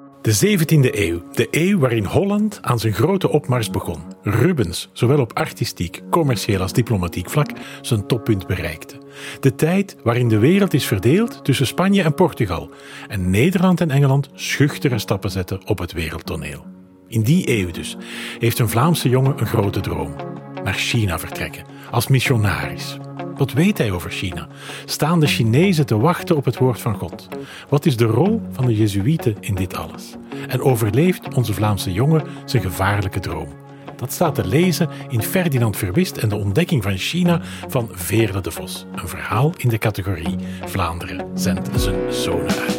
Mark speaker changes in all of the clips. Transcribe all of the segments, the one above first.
Speaker 1: De 17e eeuw, de eeuw waarin Holland aan zijn grote opmars begon. Rubens, zowel op artistiek, commercieel als diplomatiek vlak, zijn toppunt bereikte. De tijd waarin de wereld is verdeeld tussen Spanje en Portugal en Nederland en Engeland schuchtere stappen zetten op het wereldtoneel. In die eeuw dus heeft een Vlaamse jongen een grote droom. Naar China vertrekken, als missionaris. Wat weet hij over China? Staan de Chinezen te wachten op het woord van God? Wat is de rol van de Jezuïeten in dit alles? En overleeft onze Vlaamse jongen zijn gevaarlijke droom? Dat staat te lezen in Ferdinand Verwist en de ontdekking van China van Veerle de Vos. Een verhaal in de categorie Vlaanderen zendt zijn zonen uit.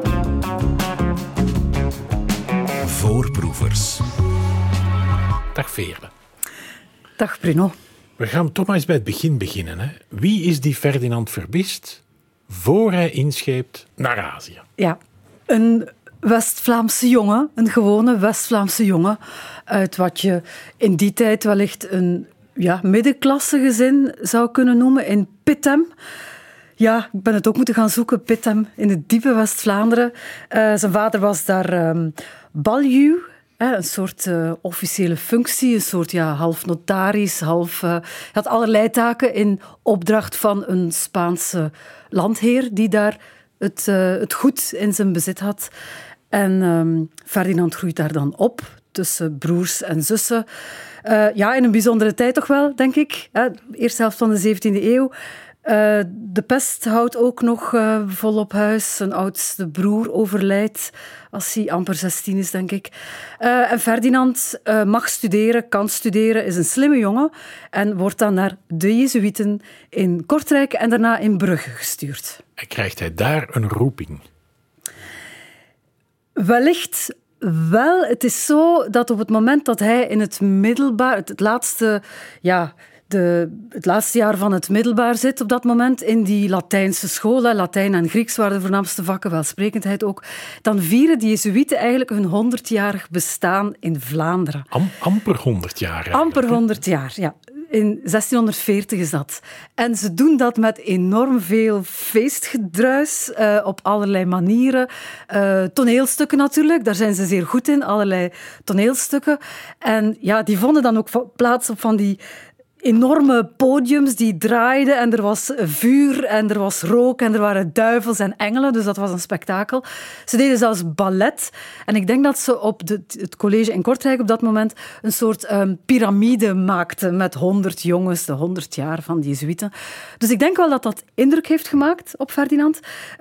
Speaker 2: Voorproevers.
Speaker 1: Dag Veerle.
Speaker 3: Dag Bruno.
Speaker 1: We gaan toch maar eens bij het begin beginnen. Hè? Wie is die Ferdinand Verwist voor hij inscheept naar Azië?
Speaker 3: Ja, een West-Vlaamse jongen, een gewone West-Vlaamse jongen uit wat je in die tijd wellicht een middenklasse gezin zou kunnen noemen in Pittem. Ja, ik ben het ook moeten gaan zoeken, Pittem, in het diepe West-Vlaanderen. Zijn vader was daar baljuw. Een soort officiële functie, een soort half notaris, hij had allerlei taken in opdracht van een Spaanse landheer die daar het goed in zijn bezit had. En Ferdinand groeit daar dan op, tussen broers en zussen. In een bijzondere tijd toch wel, denk ik. Eerste helft van de 17e eeuw. De pest houdt ook nog volop huis. Zijn oudste broer overlijdt als hij amper 16 is, denk ik. En Ferdinand mag studeren, kan studeren, is een slimme jongen en wordt dan naar de Jezuïeten in Kortrijk en daarna in Brugge gestuurd.
Speaker 1: En krijgt hij daar een roeping?
Speaker 3: Wellicht wel. Het is zo dat op het moment dat hij in het middelbaar, het laatste jaar van het middelbaar zit op dat moment in die Latijnse school. Latijn en Grieks waren de voornaamste vakken, welsprekendheid ook. Dan vieren de Jezuïeten eigenlijk hun 100-jarig bestaan in Vlaanderen.
Speaker 1: Amper 100 jaar.
Speaker 3: Amper 100 jaar, ja. In 1640 is dat. En ze doen dat met enorm veel feestgedruis op allerlei manieren. Toneelstukken natuurlijk, daar zijn ze zeer goed in, allerlei toneelstukken. En ja, die vonden dan ook plaats op van die enorme podiums die draaiden en er was vuur en er was rook en er waren duivels en engelen, dus dat was een spektakel. Ze deden zelfs ballet en ik denk dat ze op het college in Kortrijk op dat moment een soort piramide maakten met 100 jongens, de 100 jaar van de Jezuïeten. Dus ik denk wel dat dat indruk heeft gemaakt op Ferdinand.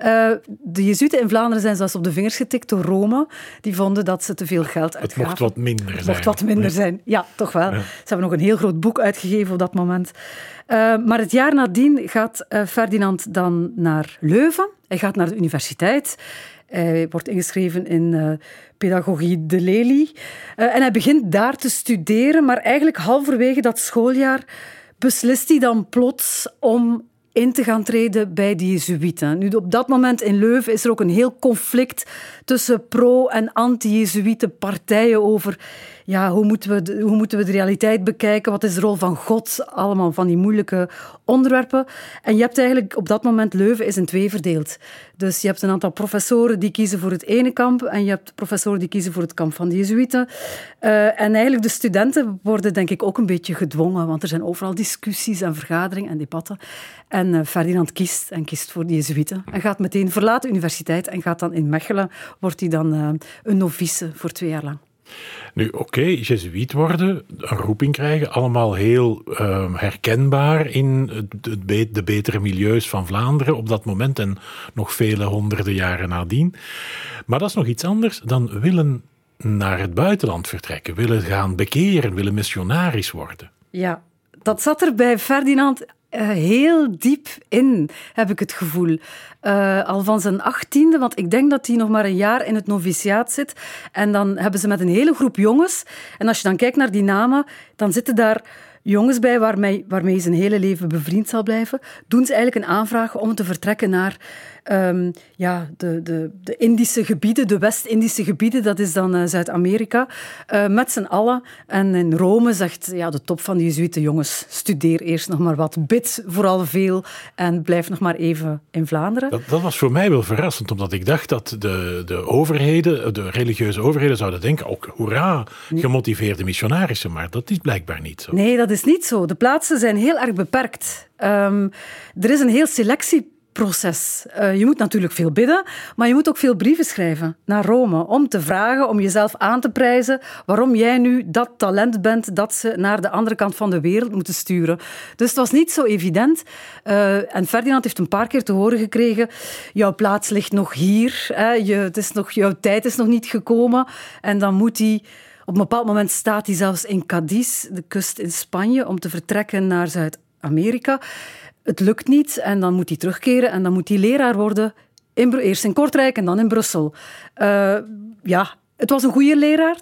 Speaker 3: De Jezuïeten in Vlaanderen zijn zelfs op de vingers getikt door Rome. Die vonden dat ze te veel geld uitgaven.
Speaker 1: Het mocht wat minder zijn.
Speaker 3: Het mocht wat minder zijn, ja, toch wel. Ja. Ze hebben nog een heel groot boek uitgegeven op dat moment. Maar het jaar nadien gaat Ferdinand dan naar Leuven. Hij gaat naar de universiteit. Hij wordt ingeschreven in pedagogie de Lelie. En hij begint daar te studeren, maar eigenlijk halverwege dat schooljaar beslist hij dan plots om in te gaan treden bij de Jezuïeten. Nu, op dat moment in Leuven is er ook een heel conflict tussen pro- en anti-Jezuïeten partijen over hoe moeten we de realiteit bekijken, wat is de rol van God, allemaal van die moeilijke onderwerpen. En je hebt eigenlijk op dat moment, Leuven is in twee verdeeld. Dus je hebt een aantal professoren die kiezen voor het ene kamp en je hebt professoren die kiezen voor het kamp van de Jezuïeten. En eigenlijk de studenten worden denk ik ook een beetje gedwongen, want er zijn overal discussies en vergaderingen en debatten. En Ferdinand kiest voor de Jezuïeten en gaat meteen verlaten de universiteit en gaat dan in Mechelen, wordt hij dan een novice voor 2 jaar lang.
Speaker 1: Nu, Jezuïet worden, een roeping krijgen, allemaal heel herkenbaar in de betere milieus van Vlaanderen op dat moment en nog vele honderden jaren nadien. Maar dat is nog iets anders dan willen naar het buitenland vertrekken, willen gaan bekeren, willen missionaris worden.
Speaker 3: Ja, dat zat er bij Ferdinand heel diep in, heb ik het gevoel. Al van zijn 18e, want ik denk dat hij nog maar een jaar in het noviciaat zit. En dan hebben ze met een hele groep jongens, en als je dan kijkt naar die namen, dan zitten daar jongens bij waarmee hij zijn hele leven bevriend zal blijven, doen ze eigenlijk een aanvraag om te vertrekken naar de Indische gebieden, de West-Indische gebieden, dat is dan Zuid-Amerika, met z'n allen. En in Rome zegt de top van de Jezuïeten, jongens, studeer eerst nog maar wat, bid vooral veel en blijf nog maar even in Vlaanderen.
Speaker 1: Dat was voor mij wel verrassend, omdat ik dacht dat de overheden, de religieuze overheden zouden denken, ook hoera, gemotiveerde missionarissen, maar dat is blijkbaar niet zo.
Speaker 3: Nee, dat is niet zo. De plaatsen zijn heel erg beperkt. Er is een heel selectieproces. Je moet natuurlijk veel bidden, maar je moet ook veel brieven schrijven naar Rome om te vragen, om jezelf aan te prijzen waarom jij nu dat talent bent dat ze naar de andere kant van de wereld moeten sturen. Dus het was niet zo evident. En Ferdinand heeft een paar keer te horen gekregen, jouw plaats ligt nog hier, jouw tijd is nog niet gekomen. En dan moet hij... Op een bepaald moment staat hij zelfs in Cadiz, de kust in Spanje, om te vertrekken naar Zuid-Amerika. Het lukt niet en dan moet hij terugkeren en dan moet hij leraar worden. Eerst in Kortrijk en dan in Brussel. Het was een goede leraar.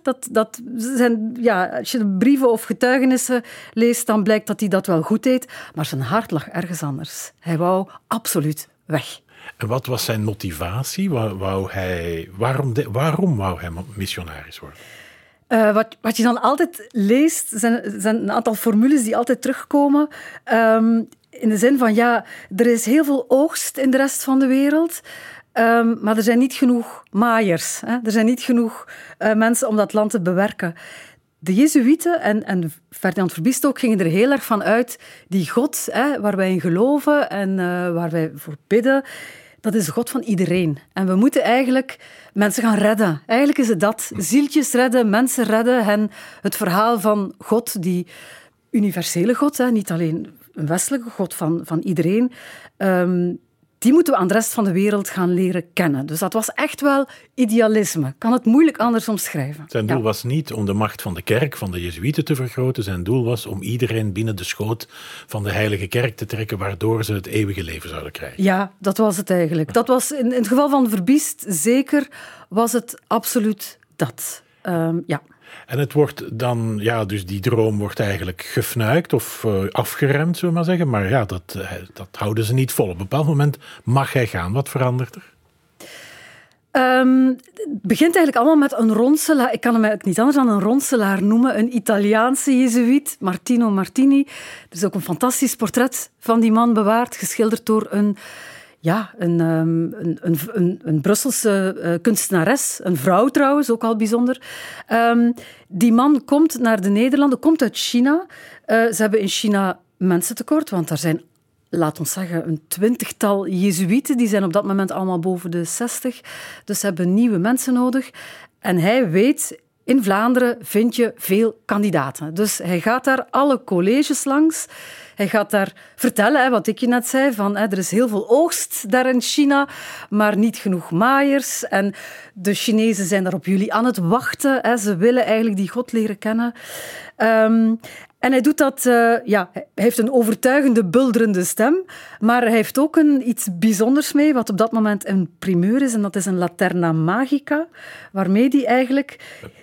Speaker 3: Als je de brieven of getuigenissen leest, dan blijkt dat hij dat wel goed deed. Maar zijn hart lag ergens anders. Hij wou absoluut weg.
Speaker 1: En wat was zijn motivatie? Waarom wou hij missionaris worden?
Speaker 3: Wat je dan altijd leest, zijn een aantal formules die altijd terugkomen. In de zin van, er is heel veel oogst in de rest van de wereld, maar er zijn niet genoeg maaiers. Er zijn niet genoeg mensen om dat land te bewerken. De Jezuïeten en Ferdinand Verbiest ook gingen er heel erg van uit, die God, waar wij in geloven en waar wij voor bidden, dat is de God van iedereen. En we moeten eigenlijk mensen gaan redden. Eigenlijk is het dat. Zieltjes redden, mensen redden. En het verhaal van God, die universele God, niet alleen een westelijke God van iedereen, die moeten we aan de rest van de wereld gaan leren kennen. Dus dat was echt wel idealisme. Ik kan het moeilijk anders omschrijven.
Speaker 1: Zijn doel was niet om de macht van de kerk, van de Jezuïeten te vergroten. Zijn doel was om iedereen binnen de schoot van de heilige kerk te trekken, waardoor ze het eeuwige leven zouden krijgen.
Speaker 3: Ja, dat was het eigenlijk. Dat was, in het geval van Verbiest zeker, was het absoluut dat.
Speaker 1: En het wordt dan, dus die droom wordt eigenlijk gefnuikt of afgeremd, zullen we maar zeggen. Maar dat houden ze niet vol. Op een bepaald moment mag hij gaan. Wat verandert er?
Speaker 3: Het begint eigenlijk allemaal met een ronselaar. Ik kan hem eigenlijk niet anders dan een ronselaar noemen. Een Italiaanse Jezuïet, Martino Martini. Er is ook een fantastisch portret van die man bewaard, geschilderd door een Brusselse kunstenares, een vrouw trouwens, ook al bijzonder. Die man komt naar de Nederlanden, komt uit China. Ze hebben in China mensentekort, want daar zijn, laat ons zeggen, een 20-tal Jezuïeten. Die zijn op dat moment allemaal boven de 60. Dus ze hebben nieuwe mensen nodig. En hij weet, in Vlaanderen vind je veel kandidaten. Dus hij gaat daar alle colleges langs. Hij gaat daar vertellen, wat ik je net zei, van er is heel veel oogst daar in China, maar niet genoeg maaiers. En de Chinezen zijn daar op jullie aan het wachten. Ze willen eigenlijk die God leren kennen. En hij doet dat, hij heeft een overtuigende, bulderende stem, maar hij heeft ook iets bijzonders mee, wat op dat moment een primeur is, en dat is een Laterna Magica, waarmee hij eigenlijk,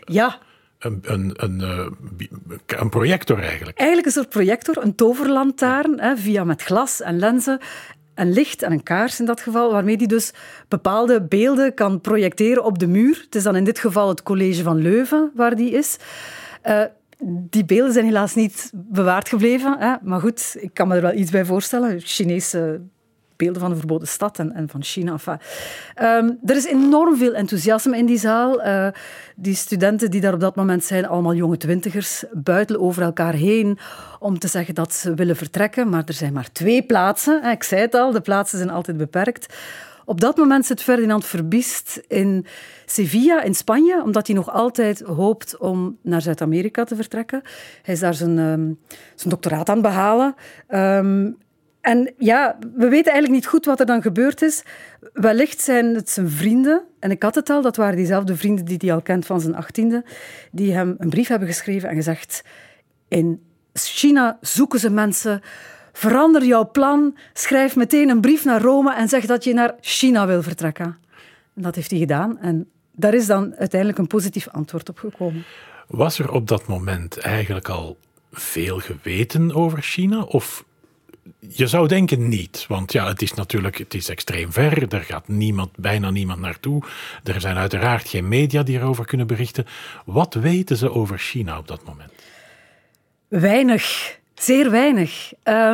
Speaker 1: Een projector eigenlijk.
Speaker 3: Eigenlijk een soort projector, een toverlantaarn, via met glas en lenzen en licht en een kaars in dat geval, waarmee hij dus bepaalde beelden kan projecteren op de muur. Het is dan in dit geval het college van Leuven waar die is. Die beelden zijn helaas niet bewaard gebleven, maar goed, ik kan me er wel iets bij voorstellen. Chinese beelden van de verboden stad en van China. Er is enorm veel enthousiasme in die zaal. Die studenten die daar op dat moment zijn, allemaal jonge twintigers, buitelen over elkaar heen om te zeggen dat ze willen vertrekken. Maar er zijn maar 2 plaatsen. Ik zei het al, de plaatsen zijn altijd beperkt. Op dat moment zit Ferdinand Verbiest in Sevilla, in Spanje, omdat hij nog altijd hoopt om naar Zuid-Amerika te vertrekken. Hij is daar zijn doctoraat aan het behalen. En we weten eigenlijk niet goed wat er dan gebeurd is. Wellicht zijn het zijn vrienden, en ik had het al, dat waren diezelfde vrienden die hij al kent van zijn 18e, die hem een brief hebben geschreven en gezegd, in China zoeken ze mensen, verander jouw plan, schrijf meteen een brief naar Rome en zeg dat je naar China wil vertrekken. En dat heeft hij gedaan en daar is dan uiteindelijk een positief antwoord op gekomen.
Speaker 1: Was er op dat moment eigenlijk al veel geweten over China, of Je zou denken niet, want ja, het is extreem ver. Er gaat bijna niemand naartoe. Er zijn uiteraard geen media die erover kunnen berichten. Wat weten ze over China op dat moment?
Speaker 3: Weinig. Zeer weinig.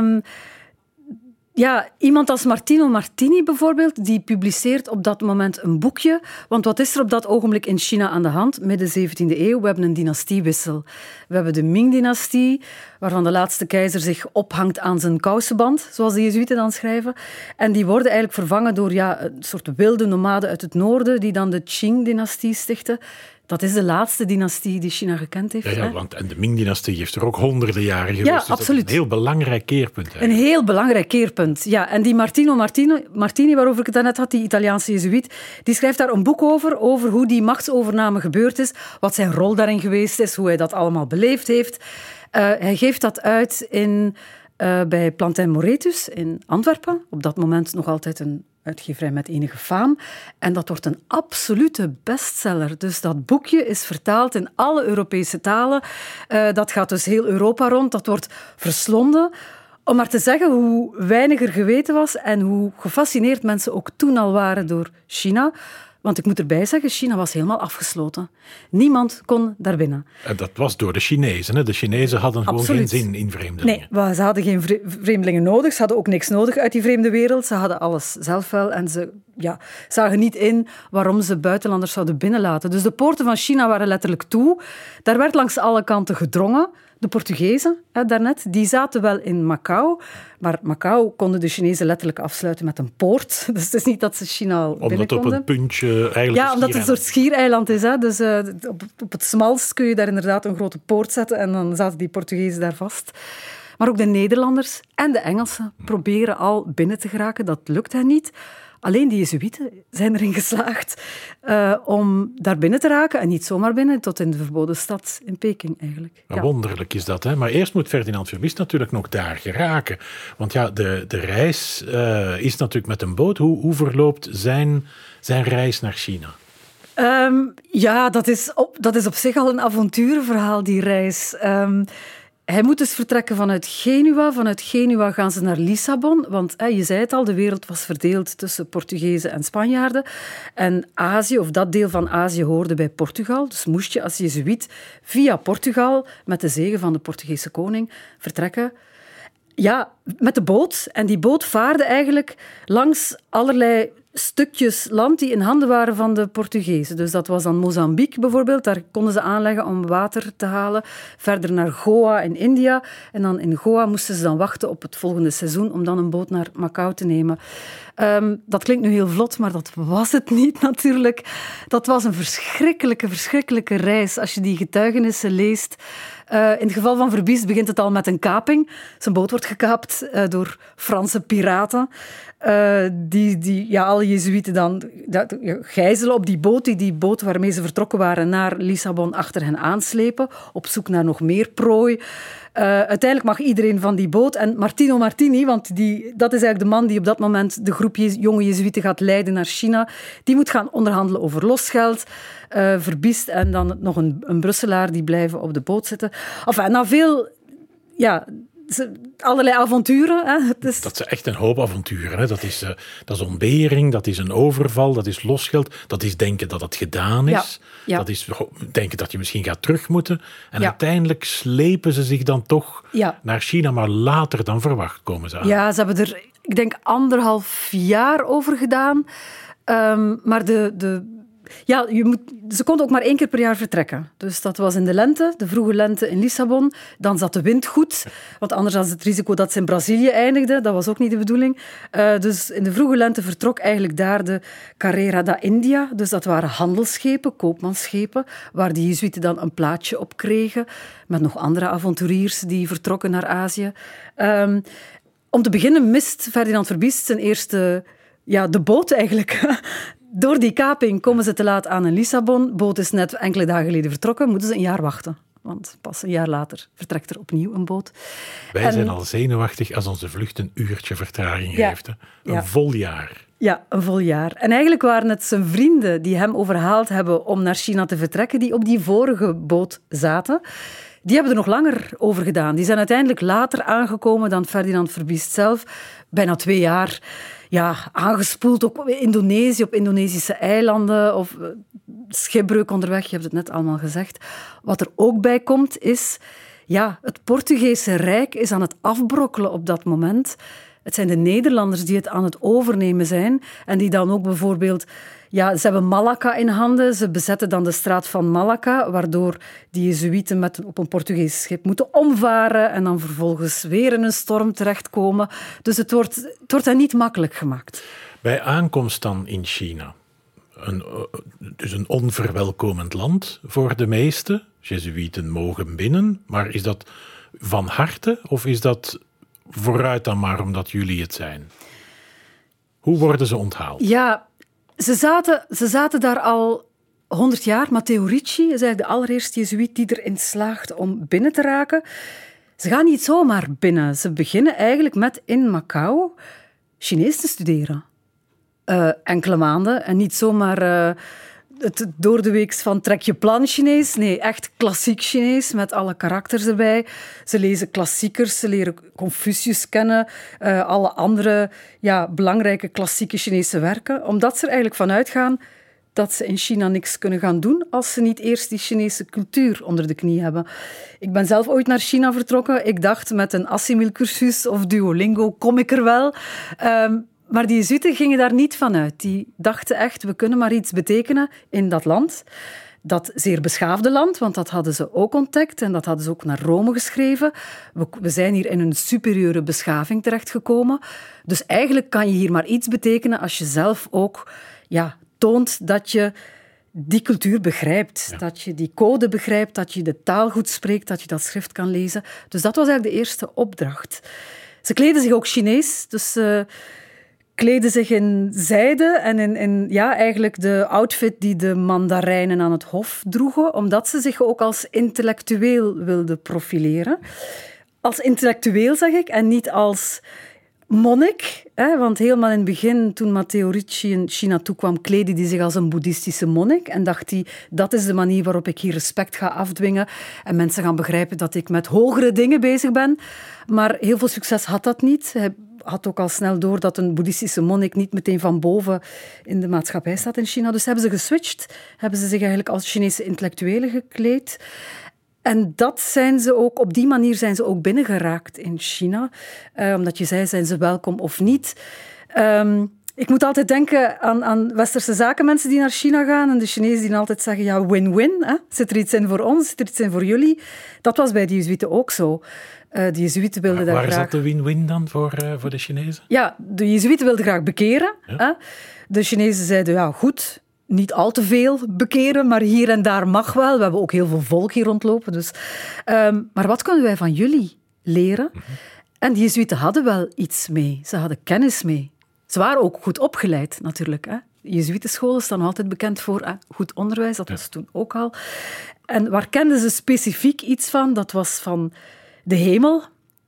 Speaker 3: Iemand als Martino Martini bijvoorbeeld, die publiceert op dat moment een boekje. Want wat is er op dat ogenblik in China aan de hand? Midden 17e eeuw, we hebben een dynastiewissel. We hebben de Ming-dynastie, waarvan de laatste keizer zich ophangt aan zijn kousenband, zoals de Jezuïeten dan schrijven. En die worden eigenlijk vervangen door een soort wilde nomaden uit het noorden, die dan de Qing-dynastie stichten. Dat is de laatste dynastie die China gekend heeft.
Speaker 1: En de Ming-dynastie heeft er ook honderden jaren geweest.
Speaker 3: Ja,
Speaker 1: dus
Speaker 3: absoluut.
Speaker 1: Dat is een heel belangrijk keerpunt. Eigenlijk.
Speaker 3: Een heel belangrijk keerpunt, ja. En die Martino Martini, waarover ik het daarnet had, die Italiaanse Jezuïet, die schrijft daar een boek over hoe die machtsovername gebeurd is, wat zijn rol daarin geweest is, hoe hij dat allemaal beleefd heeft. Hij geeft dat uit bij Plantin Moretus in Antwerpen. Op dat moment nog altijd een uitgeverij met enige faam. En dat wordt een absolute bestseller. Dus dat boekje is vertaald in alle Europese talen. Dat gaat dus heel Europa rond. Dat wordt verslonden. Om maar te zeggen hoe weinig er geweten was en hoe gefascineerd mensen ook toen al waren door China. Want ik moet erbij zeggen, China was helemaal afgesloten. Niemand kon daar binnen.
Speaker 1: En dat was door de Chinezen. Hè? De Chinezen hadden gewoon geen zin in vreemdelingen.
Speaker 3: Nee, ze hadden geen vreemdelingen nodig. Ze hadden ook niks nodig uit die vreemde wereld. Ze hadden alles zelf wel. En ze zagen niet in waarom ze buitenlanders zouden binnenlaten. Dus de poorten van China waren letterlijk toe. Daar werd langs alle kanten gedrongen. De Portugezen, daarnet, die zaten wel in Macau. Maar Macau konden de Chinezen letterlijk afsluiten met een poort. Dus het is niet dat ze China al binnen
Speaker 1: omdat
Speaker 3: konden.
Speaker 1: Op een puntje eigenlijk
Speaker 3: ja, omdat het een soort schiereiland is. Hè. Dus op het smalst kun je daar inderdaad een grote poort zetten en dan zaten die Portugezen daar vast. Maar ook de Nederlanders en de Engelsen proberen al binnen te geraken. Dat lukt hen niet. Alleen die Jezuïeten zijn erin geslaagd om daar binnen te raken. En niet zomaar binnen, tot in de verboden stad in Peking eigenlijk.
Speaker 1: Ja. Wonderlijk is dat, hè? Maar eerst moet Ferdinand Verbiest natuurlijk nog daar geraken. Want ja, de reis is natuurlijk met een boot. Hoe verloopt zijn reis naar China? Dat is op zich al een avonturenverhaal, die reis. Hij moet dus vertrekken vanuit Genua. Vanuit Genua gaan ze naar Lissabon. Want je zei het al, de wereld was verdeeld tussen Portugezen en Spanjaarden. En Azië, of dat deel van Azië, hoorde bij Portugal. Dus moest je als Jezuïet via Portugal, met de zegen van de Portugese koning, vertrekken. Ja, met de boot. En die boot vaarde eigenlijk langs allerlei stukjes land die in handen waren van de Portugezen. Dus dat was dan Mozambique bijvoorbeeld. Daar konden ze aanleggen om water te halen. Verder naar Goa in India. En dan in Goa moesten ze dan wachten op het volgende seizoen om dan een boot naar Macau te nemen. Dat klinkt nu heel vlot, maar dat was het niet natuurlijk. Dat was een verschrikkelijke reis. Als je die getuigenissen leest. In het geval van Verbiest begint het al met een kaping. Zijn boot wordt gekaapt door Franse piraten. Die alle Jezuïeten dan gijzelen op die boot waarmee ze vertrokken waren naar Lissabon achter hen aanslepen, op zoek naar nog meer prooi. Uiteindelijk mag iedereen van die boot. En Martino Martini, want dat is eigenlijk de man die op dat moment de groep jonge Jezuïeten gaat leiden naar China, die moet gaan onderhandelen over losgeld. Verbiest en dan nog een Brusselaar die blijven op de boot zitten. Enfin, na veel... allerlei avonturen. Hè. Dat is echt een hoop avonturen. Hè. Dat is ontbering, dat is een overval, dat is losgeld. Dat is denken dat het gedaan is. Ja. Dat is denken dat je misschien gaat terug moeten. En uiteindelijk slepen ze zich dan toch naar China, maar later dan verwacht komen ze aan. Ja,
Speaker 3: ze hebben er, ik denk, 1,5 jaar over gedaan. Maar ze konden ook maar 1 keer per jaar vertrekken. Dus dat was in de lente, de vroege lente in Lissabon. Dan zat de wind goed, want anders was het risico dat ze in Brazilië eindigden. Dat was ook niet de bedoeling. Dus in de vroege lente vertrok eigenlijk daar de Carrera da India. Dus dat waren handelsschepen, koopmansschepen, waar de Jezuïeten dan een plaatsje op kregen, met nog andere avonturiers die vertrokken naar Azië. Om te beginnen mist Ferdinand Verbiest zijn eerste... de boot eigenlijk. Door die kaping komen ze te laat aan in Lissabon. De boot is net enkele dagen geleden vertrokken. Moeten ze een jaar wachten. Want pas een jaar later vertrekt er opnieuw een boot.
Speaker 1: Wij zijn al zenuwachtig als onze vlucht een uurtje vertraging heeft. Hè? Een vol jaar.
Speaker 3: Ja, een vol jaar. En eigenlijk waren het zijn vrienden die hem overhaald hebben om naar China te vertrekken, die op die vorige boot zaten. die hebben er nog langer over gedaan. Die zijn uiteindelijk later aangekomen dan Ferdinand Verbiest zelf. Bijna 2 jaar aangespoeld, ook in Indonesië, op Indonesische eilanden of schipbreuk onderweg, je hebt het net allemaal gezegd. Wat er ook bij komt is, het Portugese Rijk is aan het afbrokkelen op dat moment. Het zijn de Nederlanders die het aan het overnemen zijn en die dan ook bijvoorbeeld... ze hebben Malacca in handen. Ze bezetten dan de straat van Malacca, waardoor die Jezuïeten op een Portugees schip moeten omvaren en dan vervolgens weer in een storm terechtkomen. Dus het wordt hen niet makkelijk gemaakt.
Speaker 1: Bij aankomst dan in China, dus een onverwelkomend land voor de meesten. Jezuïeten mogen binnen, maar is dat van harte of is dat vooruit dan maar omdat jullie het zijn? Hoe worden ze onthaald?
Speaker 3: Ja, ze zaten daar al 100 jaar. Matteo Ricci is eigenlijk de allereerste Jezuïet die erin slaagt om binnen te raken. Ze gaan niet zomaar binnen. Ze beginnen eigenlijk met in Macau Chinees te studeren. Enkele maanden en niet zomaar het doordeweeks van trek je plan Chinees. Nee, echt klassiek Chinees met alle karakters erbij. Ze lezen klassiekers, ze leren Confucius kennen, alle andere belangrijke klassieke Chinese werken, omdat ze er eigenlijk van uitgaan dat ze in China niks kunnen gaan doen als ze niet eerst die Chinese cultuur onder de knie hebben. Ik ben zelf ooit naar China vertrokken. Ik dacht, met een Assimil-cursus of Duolingo kom ik er wel. Maar die Jezuïeten gingen daar niet van uit. Die dachten echt, we kunnen maar iets betekenen in dat land. Dat zeer beschaafde land, want dat hadden ze ook ontdekt en dat hadden ze ook naar Rome geschreven. We zijn hier in een superieure beschaving terechtgekomen. Dus eigenlijk kan je hier maar iets betekenen als je zelf ook toont dat je die cultuur begrijpt, dat je die code begrijpt, dat je de taal goed spreekt, dat je dat schrift kan lezen. Dus dat was eigenlijk de eerste opdracht. Ze kleden zich ook Chinees, dus ze kleden zich in zijde en in eigenlijk de outfit die de mandarijnen aan het hof droegen, omdat ze zich ook als intellectueel wilden profileren. Als intellectueel, zeg ik, en niet als monnik, want helemaal in het begin, toen Matteo Ricci in China toekwam, kleedde hij zich als een boeddhistische monnik en dacht hij, dat is de manier waarop ik hier respect ga afdwingen en mensen gaan begrijpen dat ik met hogere dingen bezig ben. Maar heel veel succes had dat niet. Hij had ook al snel door dat een boeddhistische monnik niet meteen van boven in de maatschappij staat in China. Dus hebben ze geswitcht, hebben ze zich eigenlijk als Chinese intellectuelen gekleed. En dat zijn ze ook, op die manier zijn ze ook binnengeraakt in China. Omdat je zei, zijn ze welkom of niet? Ik moet altijd denken aan westerse zakenmensen die naar China gaan en de Chinezen die altijd zeggen, win-win. Hè? Zit er iets in voor ons, zit er iets in voor jullie? Dat was bij de Jezuïeten ook zo. De Jezuïeten wilden daar
Speaker 1: graag...
Speaker 3: Waar
Speaker 1: is dat de win-win dan voor de Chinezen?
Speaker 3: Ja, de Jezuïeten wilden graag bekeren. Ja. Hè? De Chinezen zeiden, goed, niet al te veel bekeren, maar hier en daar mag wel. We hebben ook heel veel volk hier rondlopen. Dus. Maar wat kunnen wij van jullie leren? Mm-hmm. En de Jezuïeten hadden wel iets mee. Ze hadden kennis mee. Ze waren ook goed opgeleid, natuurlijk. Hè? Jezuïetenscholen staan altijd bekend voor goed onderwijs. Dat was toen ook al. En waar kenden ze specifiek iets van? Dat was van de hemel.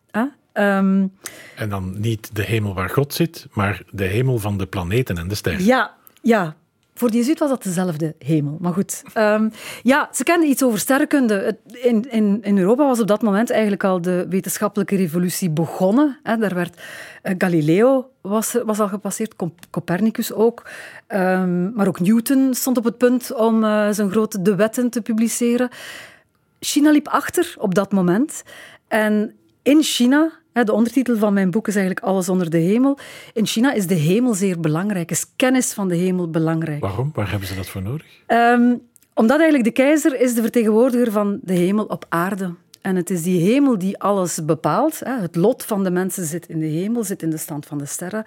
Speaker 1: En dan niet de hemel waar God zit, maar de hemel van de planeten en de sterren.
Speaker 3: Ja. Voor de Jezuïet was dat dezelfde hemel. Maar goed. Ze kenden iets over sterrenkunde. In Europa was op dat moment eigenlijk al de wetenschappelijke revolutie begonnen. Daar werd Galileo was al gepasseerd, Copernicus ook. Maar ook Newton stond op het punt om zijn grote De Wetten te publiceren. China liep achter op dat moment. En in China, de ondertitel van mijn boek is eigenlijk Alles onder de hemel. In China is de hemel zeer belangrijk, is kennis van de hemel belangrijk.
Speaker 1: Waarom? Waar hebben ze dat voor nodig?
Speaker 3: Omdat eigenlijk de keizer is de vertegenwoordiger van de hemel op aarde. En het is die hemel die alles bepaalt. Het lot van de mensen zit in de hemel, zit in de stand van de sterren.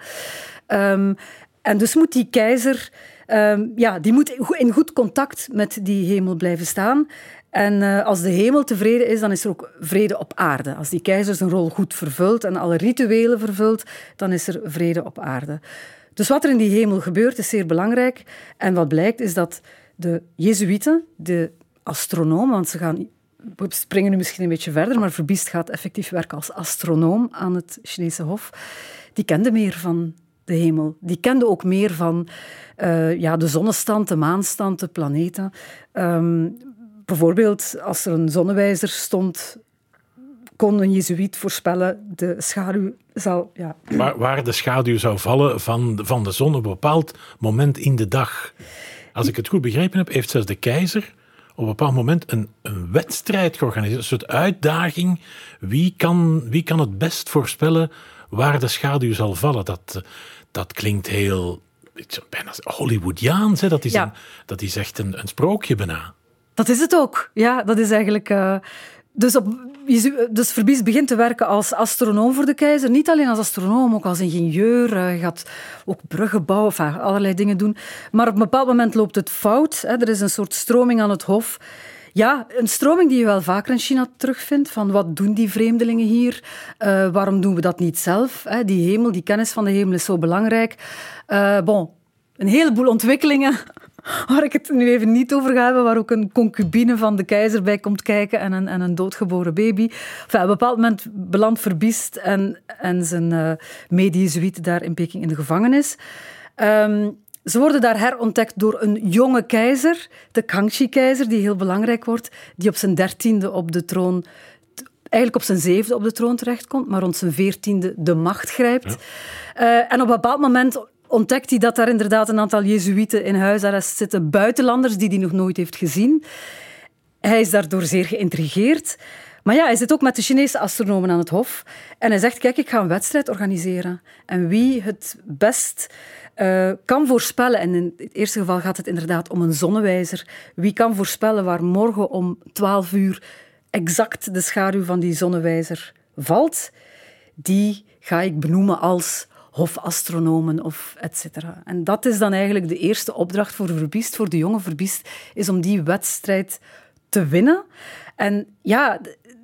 Speaker 3: En dus moet die keizer die moet in goed contact met die hemel blijven staan. En als de hemel tevreden is, dan is er ook vrede op aarde. Als die keizer zijn rol goed vervult en alle rituelen vervult, dan is er vrede op aarde. Dus wat er in die hemel gebeurt, is zeer belangrijk. En wat blijkt, is dat de Jezuïeten, de astronomen, want we springen nu misschien een beetje verder, maar Verbiest gaat effectief werken als astronoom aan het Chinese hof, die kenden meer van de hemel. Die kenden ook meer van de zonnestand, de maanstand, de planeten. bijvoorbeeld, als er een zonnewijzer stond, kon een jezuïet voorspellen, de schaduw zal... Ja.
Speaker 1: Waar de schaduw zou vallen van de zon op een bepaald moment in de dag. Als ik het goed begrepen heb, heeft zelfs de keizer op een bepaald moment een wedstrijd georganiseerd. Een soort uitdaging. Wie kan het best voorspellen waar de schaduw zal vallen? Dat klinkt heel... bijna Hollywoodiaans. Hè? Dat is echt een sprookje bijna.
Speaker 3: Dat is het ook. Ja, dat is eigenlijk... Dus Verbiest begint te werken als astronoom voor de keizer. Niet alleen als astronoom, ook als ingenieur. Hij gaat ook bruggen bouwen, allerlei dingen doen. Maar op een bepaald moment loopt het fout. Er is een soort stroming aan het hof. Ja, een stroming die je wel vaker in China terugvindt. Van wat doen die vreemdelingen hier? Waarom doen we dat niet zelf? Die hemel, die kennis van de hemel is zo belangrijk. Een heleboel ontwikkelingen waar ik het nu even niet over ga hebben, waar ook een concubine van de keizer bij komt kijken en een doodgeboren baby. Enfin, op een bepaald moment belandt Verbiest en zijn mede-jezuïet daar in Peking in de gevangenis. Ze worden daar herontdekt door een jonge keizer, de Kangxi-keizer, die heel belangrijk wordt, die op zijn 13e op de troon, eigenlijk op zijn 7e op de troon terechtkomt, maar rond zijn 14e de macht grijpt. Ja. En op een bepaald moment ontdekt hij dat daar inderdaad een aantal jezuïeten in huisarrest zitten, buitenlanders die hij nog nooit heeft gezien. Hij is daardoor zeer geïntrigeerd. Maar ja, hij zit ook met de Chinese astronomen aan het hof. En hij zegt, kijk, ik ga een wedstrijd organiseren. En wie het best kan voorspellen, en in het eerste geval gaat het inderdaad om een zonnewijzer, wie kan voorspellen waar morgen om 12 uur exact de schaduw van die zonnewijzer valt, die ga ik benoemen als hofastronomen of et cetera. En dat is dan eigenlijk de eerste opdracht voor Verbiest, voor de jonge Verbiest, is om die wedstrijd te winnen. En ja,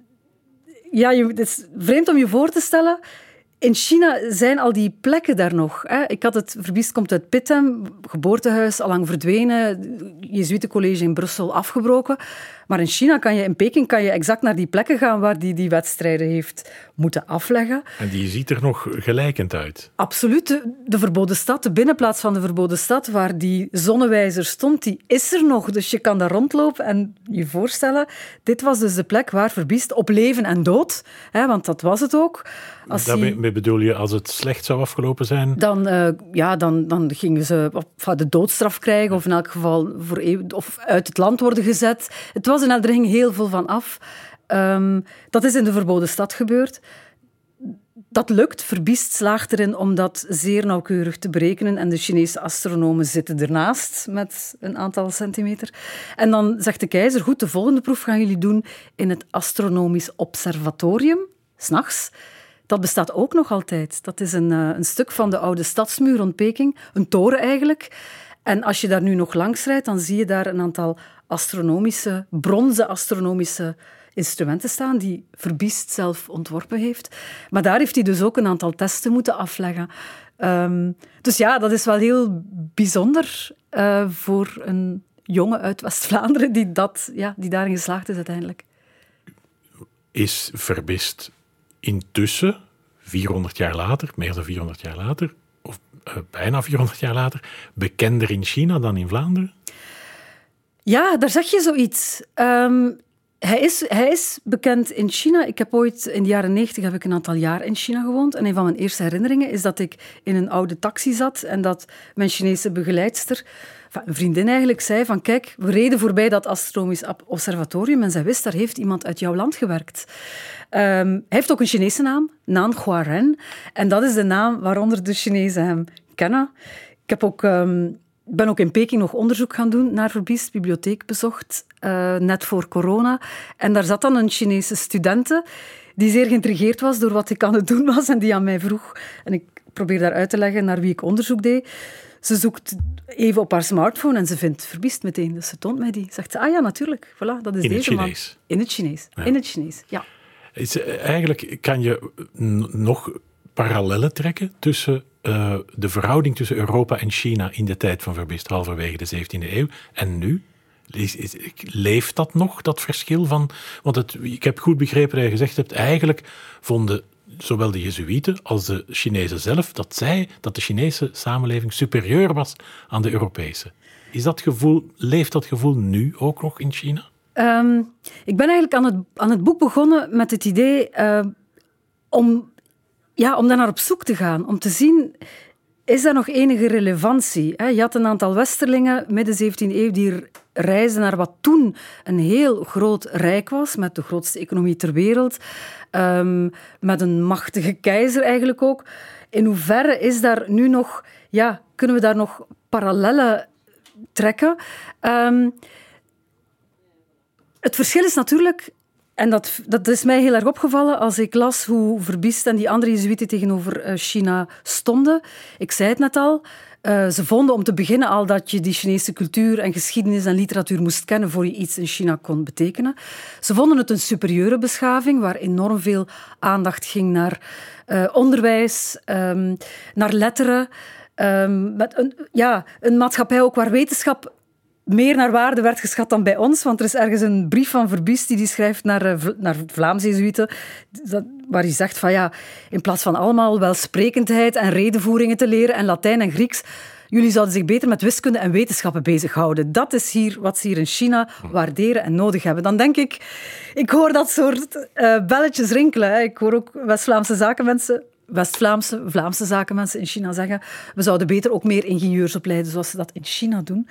Speaker 3: het is vreemd om je voor te stellen. In China zijn al die plekken daar nog. Verbiest komt uit Pittem, geboortehuis, allang verdwenen, Jezuïetencollege in Brussel afgebroken. Maar in Peking kan je exact naar die plekken gaan waar die wedstrijden heeft moeten afleggen.
Speaker 1: En die ziet er nog gelijkend uit.
Speaker 3: Absoluut. De verboden stad, de binnenplaats van de verboden stad, waar die zonnewijzer stond, die is er nog. Dus je kan daar rondlopen en je voorstellen, dit was dus de plek waar Verbiest op leven en dood, want dat was het ook.
Speaker 1: Daarmee bedoel je, als het slecht zou afgelopen zijn?
Speaker 3: Dan gingen ze de doodstraf krijgen, of in elk geval of uit het land worden gezet. Er hing heel veel van af. Dat is in de verboden stad gebeurd. Dat lukt. Verbiest slaagt erin om dat zeer nauwkeurig te berekenen. En de Chinese astronomen zitten ernaast met een aantal centimeter. En dan zegt de keizer, goed, de volgende proef gaan jullie doen in het astronomisch observatorium, 's nachts. Dat bestaat ook nog altijd. Dat is een stuk van de oude stadsmuur rond Peking. Een toren eigenlijk. En als je daar nu nog langs rijdt, dan zie je daar een aantal bronzen astronomische instrumenten staan die Verbiest zelf ontworpen heeft. Maar daar heeft hij dus ook een aantal testen moeten afleggen. Dus ja, dat is wel heel bijzonder voor een jongen uit West-Vlaanderen die daarin geslaagd is uiteindelijk.
Speaker 1: Is Verbiest intussen, 400 jaar later, meer dan 400 jaar later, of bijna 400 jaar later, bekender in China dan in Vlaanderen?
Speaker 3: Ja, daar zeg je zoiets. Hij is bekend in China. Ik heb ooit, in de jaren 90, heb ik een aantal jaar in China gewoond. En een van mijn eerste herinneringen is dat ik in een oude taxi zat en dat mijn Chinese begeleidster, een vriendin eigenlijk, zei van kijk, we reden voorbij dat astronomisch observatorium en zij wist, daar heeft iemand uit jouw land gewerkt. Hij heeft ook een Chinese naam, Nan Huaren. En dat is de naam waaronder de Chinezen hem kennen. Ik ben ook in Peking nog onderzoek gaan doen naar Verbiest, bibliotheek bezocht, net voor corona. En daar zat dan een Chinese studente die zeer geïntrigeerd was door wat ik aan het doen was en die aan mij vroeg. En ik probeer daar uit te leggen naar wie ik onderzoek deed. Ze zoekt even op haar smartphone en ze vindt Verbiest meteen. Dus ze toont mij die. Zegt ze, ja, natuurlijk. Voilà, dat is
Speaker 1: in
Speaker 3: deze
Speaker 1: het
Speaker 3: man.
Speaker 1: Chinees.
Speaker 3: In het Chinees.
Speaker 1: Ja.
Speaker 3: In het Chinees, ja.
Speaker 1: Eigenlijk kan je nog parallellen trekken tussen de verhouding tussen Europa en China in de tijd van Verbiest, halverwege de 17e eeuw, en nu? Leeft dat nog, dat verschil van... Want ik heb goed begrepen dat je gezegd hebt, eigenlijk vonden zowel de Jezuïeten als de Chinezen zelf dat de Chinese samenleving superieur was aan de Europese. Leeft dat gevoel nu ook nog in China?
Speaker 3: Ik ben eigenlijk aan het boek begonnen met het idee om daar naar op zoek te gaan. Om te zien, is daar nog enige relevantie? Je had een aantal westerlingen, midden 17e eeuw, die reisden naar wat toen een heel groot rijk was, met de grootste economie ter wereld, met een machtige keizer eigenlijk ook. In hoeverre is daar nu nog... kunnen we daar nog parallellen trekken? Het verschil is natuurlijk, en dat is mij heel erg opgevallen als ik las hoe Verbiest en die andere Jezuïeten tegenover China stonden. Ik zei het net al, ze vonden om te beginnen al dat je die Chinese cultuur en geschiedenis en literatuur moest kennen voor je iets in China kon betekenen. Ze vonden het een superieure beschaving waar enorm veel aandacht ging naar onderwijs, naar letteren. Met een maatschappij ook waar wetenschap meer naar waarde werd geschat dan bij ons. Want er is ergens een brief van Verbiest die schrijft naar Vlaamse Jezuïeten, waar hij zegt van in plaats van allemaal welsprekendheid en redenvoeringen te leren en Latijn en Grieks, jullie zouden zich beter met wiskunde en wetenschappen bezighouden. Dat is hier wat ze hier in China waarderen en nodig hebben. Dan denk ik hoor dat soort belletjes rinkelen. Hè. Ik hoor ook Vlaamse zakenmensen in China zeggen, we zouden beter ook meer ingenieurs opleiden zoals ze dat in China doen.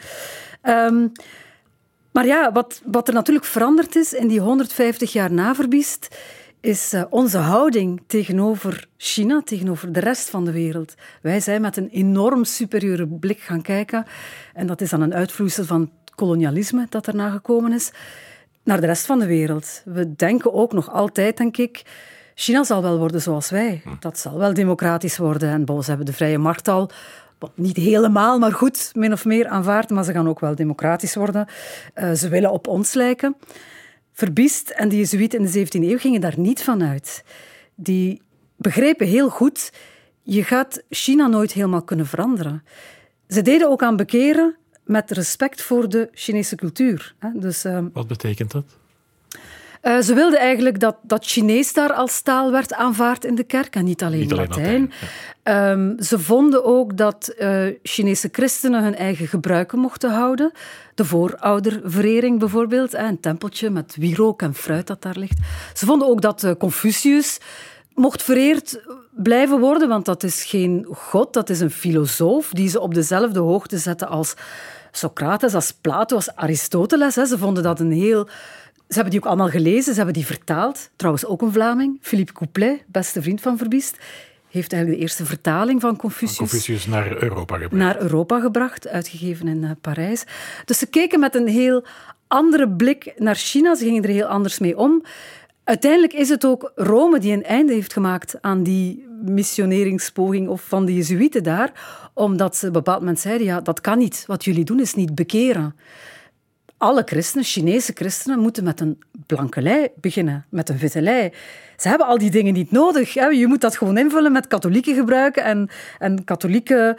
Speaker 3: Maar wat er natuurlijk veranderd is in die 150 jaar na Verbiest, is onze houding tegenover China, tegenover de rest van de wereld. Wij zijn met een enorm superieure blik gaan kijken, en dat is dan een uitvloeisel van het kolonialisme dat erna gekomen is, naar de rest van de wereld. We denken ook nog altijd, denk ik, China zal wel worden zoals wij. Dat zal wel democratisch worden. En ze hebben de vrije markt al, niet helemaal, maar goed, min of meer aanvaard, maar ze gaan ook wel democratisch worden. Ze willen op ons lijken. Verbiest en de Jezuïeten in de 17e eeuw gingen daar niet van uit. Die begrepen heel goed, je gaat China nooit helemaal kunnen veranderen. Ze deden ook aan bekeren met respect voor de Chinese cultuur. Dus,
Speaker 1: wat betekent dat?
Speaker 3: Ze wilden eigenlijk dat Chinees daar als taal werd aanvaard in de kerk en niet alleen Latijn. Ze vonden ook dat Chinese christenen hun eigen gebruiken mochten houden. De voorouderverering bijvoorbeeld, een tempeltje met wierook en fruit dat daar ligt. Ze vonden ook dat Confucius mocht vereerd blijven worden, want dat is geen god, dat is een filosoof die ze op dezelfde hoogte zetten als Socrates, als Plato, als Aristoteles. Ze vonden dat een heel... Ze hebben die ook allemaal gelezen, ze hebben die vertaald. Trouwens ook een Vlaming, Philippe Couplet, beste vriend van Verbiest, heeft eigenlijk de eerste vertaling van Confucius naar Europa gebracht, uitgegeven in Parijs. Dus ze keken met een heel andere blik naar China, ze gingen er heel anders mee om. Uiteindelijk is het ook Rome die een einde heeft gemaakt aan die missioneringspoging of van de Jezuïeten daar, omdat ze op een bepaald moment zeiden, dat kan niet, wat jullie doen is niet bekeren. Alle christenen, Chinese christenen, moeten met een blanke lei beginnen, met een witte lei. Ze hebben al die dingen niet nodig. Hè. Je moet dat gewoon invullen met katholieke gebruiken en katholieke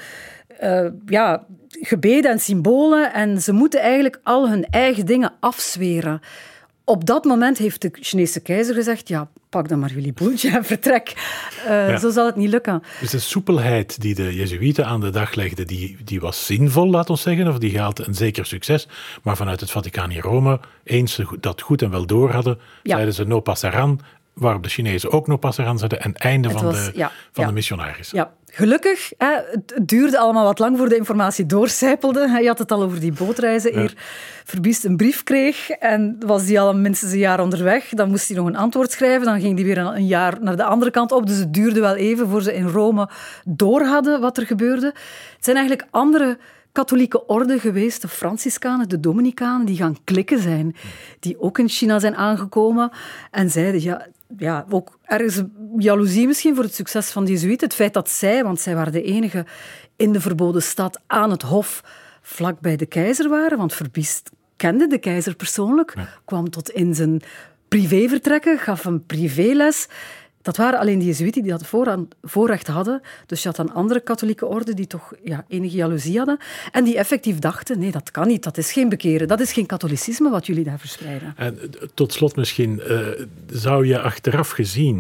Speaker 3: gebeden en symbolen. En ze moeten eigenlijk al hun eigen dingen afzweren. Op dat moment heeft de Chinese keizer gezegd, pak dan maar jullie boeltje en vertrek. Zo zal het niet lukken.
Speaker 1: Dus de soepelheid die de Jezuïeten aan de dag legden, die was zinvol, laat ons zeggen, of die haalde een zeker succes. Maar vanuit het Vaticaan in Rome, eens ze dat goed en wel door hadden, zeiden ze no passaran, waarop de Chinezen ook no passaran zeiden, en einde van de missionarissen.
Speaker 3: Ja. Gelukkig, het duurde allemaal wat lang voor de informatie doorcijpelde. Je had het al over die bootreizen. Eer Verbiest een brief kreeg en was die al minstens een jaar onderweg. Dan moest hij nog een antwoord schrijven. Dan ging die weer een jaar naar de andere kant op. Dus het duurde wel even voor ze in Rome door hadden wat er gebeurde. Het zijn eigenlijk andere katholieke orden geweest, de Franciscanen, de Dominicanen, die gaan klikken zijn. Die ook in China zijn aangekomen en zeiden, ook ergens jaloezie misschien voor het succes van de Jezuïeten. Het feit dat zij, want zij waren de enige in de verboden stad aan het hof vlak bij de keizer waren, want Verbiest kende de keizer persoonlijk, kwam tot in zijn privévertrekken, gaf een privéles. Dat waren alleen de Jezuïeten die dat voorrecht hadden. Dus je had een andere katholieke orde die toch enige jaloezie hadden. En die effectief dachten, nee, dat kan niet, dat is geen bekeren. Dat is geen katholicisme wat jullie daar verspreiden.
Speaker 1: En tot slot misschien, zou je achteraf gezien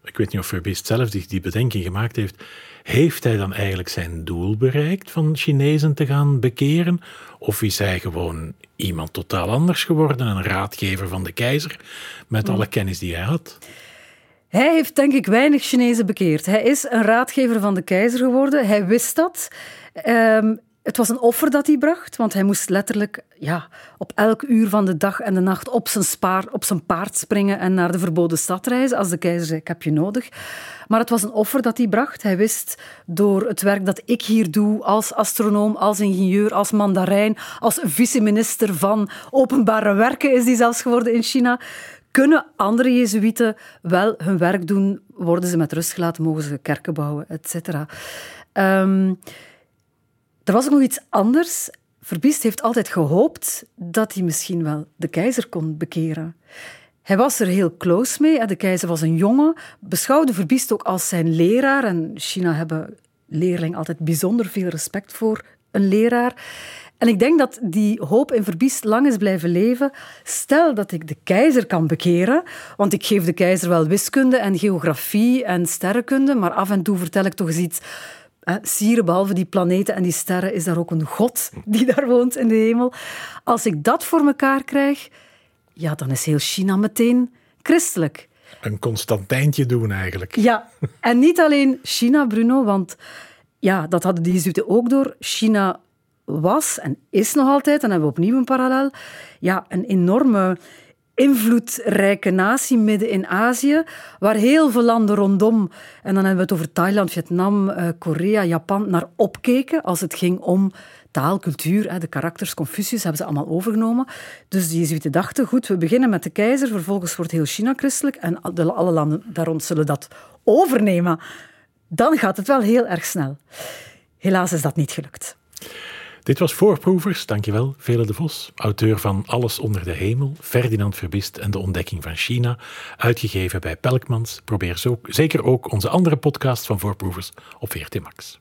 Speaker 1: ik weet niet of Verbiest zelf die bedenking gemaakt heeft hij dan eigenlijk zijn doel bereikt van Chinezen te gaan bekeren? Of is hij gewoon iemand totaal anders geworden, een raadgever van de keizer, met alle kennis die hij had?
Speaker 3: Hij heeft denk ik weinig Chinezen bekeerd. Hij is een raadgever van de keizer geworden. Hij wist dat. Het was een offer dat hij bracht, want hij moest letterlijk op elk uur van de dag en de nacht op zijn paard springen en naar de verboden stad reizen als de keizer zei, ik heb je nodig. Maar het was een offer dat hij bracht. Hij wist door het werk dat ik hier doe, als astronoom, als ingenieur, als mandarijn, als vice-minister van openbare werken is die zelfs geworden in China, kunnen andere jezuïeten wel hun werk doen, worden ze met rust gelaten, mogen ze kerken bouwen, etc. Er was ook nog iets anders. Verbiest heeft altijd gehoopt dat hij misschien wel de keizer kon bekeren. Hij was er heel close mee. De keizer was een jongen, beschouwde Verbiest ook als zijn leraar. En China hebben leerlingen altijd bijzonder veel respect voor een leraar. En ik denk dat die hoop in Verbiest lang is blijven leven. Stel dat ik de keizer kan bekeren, want ik geef de keizer wel wiskunde en geografie en sterrenkunde, maar af en toe vertel ik toch eens iets. Sire, behalve die planeten en die sterren, is daar ook een god die daar woont in de hemel. Als ik dat voor elkaar krijg, dan is heel China meteen christelijk.
Speaker 1: Een Constantijntje doen eigenlijk.
Speaker 3: Ja, en niet alleen China, Bruno, want dat hadden de Jezuïeten ook door. China was en is nog altijd, dan hebben we opnieuw een parallel, een enorme invloedrijke natie midden in Azië, waar heel veel landen rondom, en dan hebben we het over Thailand, Vietnam, Korea, Japan, naar opkeken als het ging om taal, cultuur, de karakters, Confucius, hebben ze allemaal overgenomen. Dus de Jezuïeten dachten, goed, we beginnen met de keizer, vervolgens wordt heel China christelijk en alle landen daar rond zullen dat overnemen. Dan gaat het wel heel erg snel. Helaas is dat niet gelukt.
Speaker 1: Dit was Voorproevers, dankjewel, Vele de Vos, auteur van Alles onder de hemel, Ferdinand Verbiest en de ontdekking van China, uitgegeven bij Pelkmans. Probeer zeker ook onze andere podcast van Voorproevers op VRT Max.